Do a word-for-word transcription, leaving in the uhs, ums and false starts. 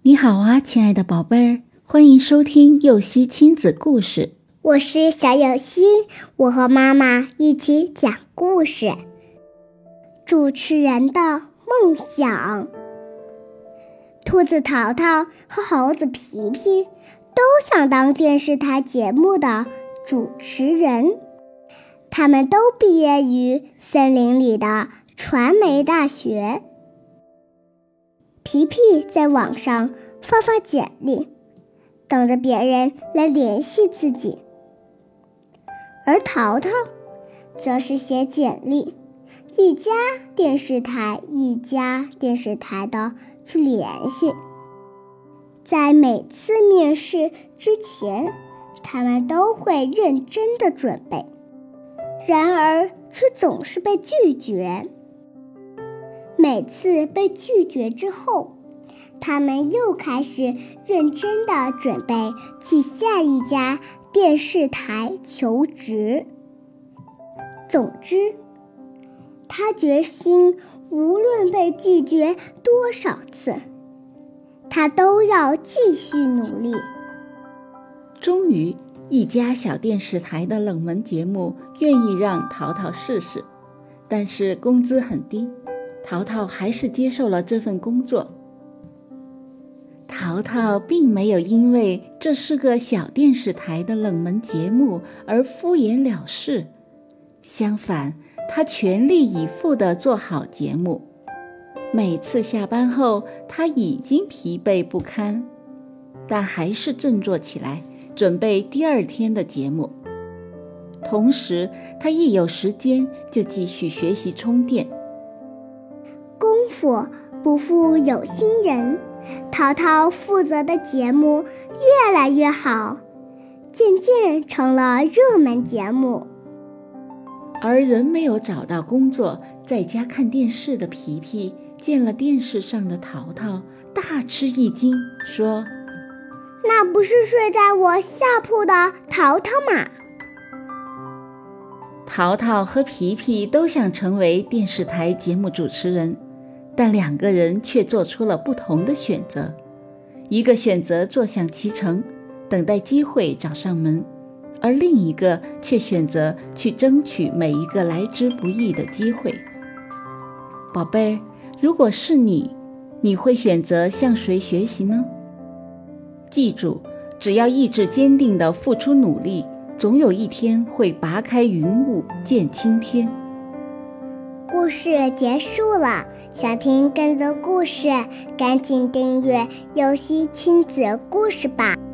你好啊，亲爱的宝贝儿，欢迎收听幼熙亲子故事。 我是小幼熙，我和妈妈一起讲故事。主持人的梦想。兔子淘淘和猴子皮皮都想当电视台节目的主持人。他们都毕业于森林里的传媒大学。皮皮在网上发发简历，等着别人来联系自己，而淘淘则是写简历，一家电视台一家电视台的去联系。在每次面试之前，他们都会认真的准备，然而却总是被拒绝。每次被拒绝之后，他们又开始认真地准备去下一家电视台求职。总之，他决心无论被拒绝多少次，他都要继续努力。 终于，一家小电视台的冷门节目愿意让淘淘试试，但是工资很低，淘淘还是接受了这份工作。淘淘并没有因为这是个小电视台的冷门节目而敷衍了事，相反，他全力以赴地做好节目。每次下班后，他已经疲惫不堪，但还是振作起来，准备第二天的节目。同时，他一有时间就继续学习充电。 功夫不负有心人，淘淘负责的节目越来越好，渐渐成了热门节目。 而仍没有找到工作，在家看电视的皮皮见了电视上的淘淘，大吃一惊，说：“ 那不是睡在我下铺的淘淘吗？” 淘淘和皮皮都想成为电视台节目主持人，但两个人却做出了不同的选择。一个选择坐享其成，等待机会找上门，而另一个却选择去争取每一个来之不易的机会。宝贝儿，如果是你，你会选择向谁学习呢？记住，只要意志坚定地付出努力，总有一天会拔开云雾见青天。 故事结束了，想听更多故事，赶紧订阅幼熙亲子故事吧。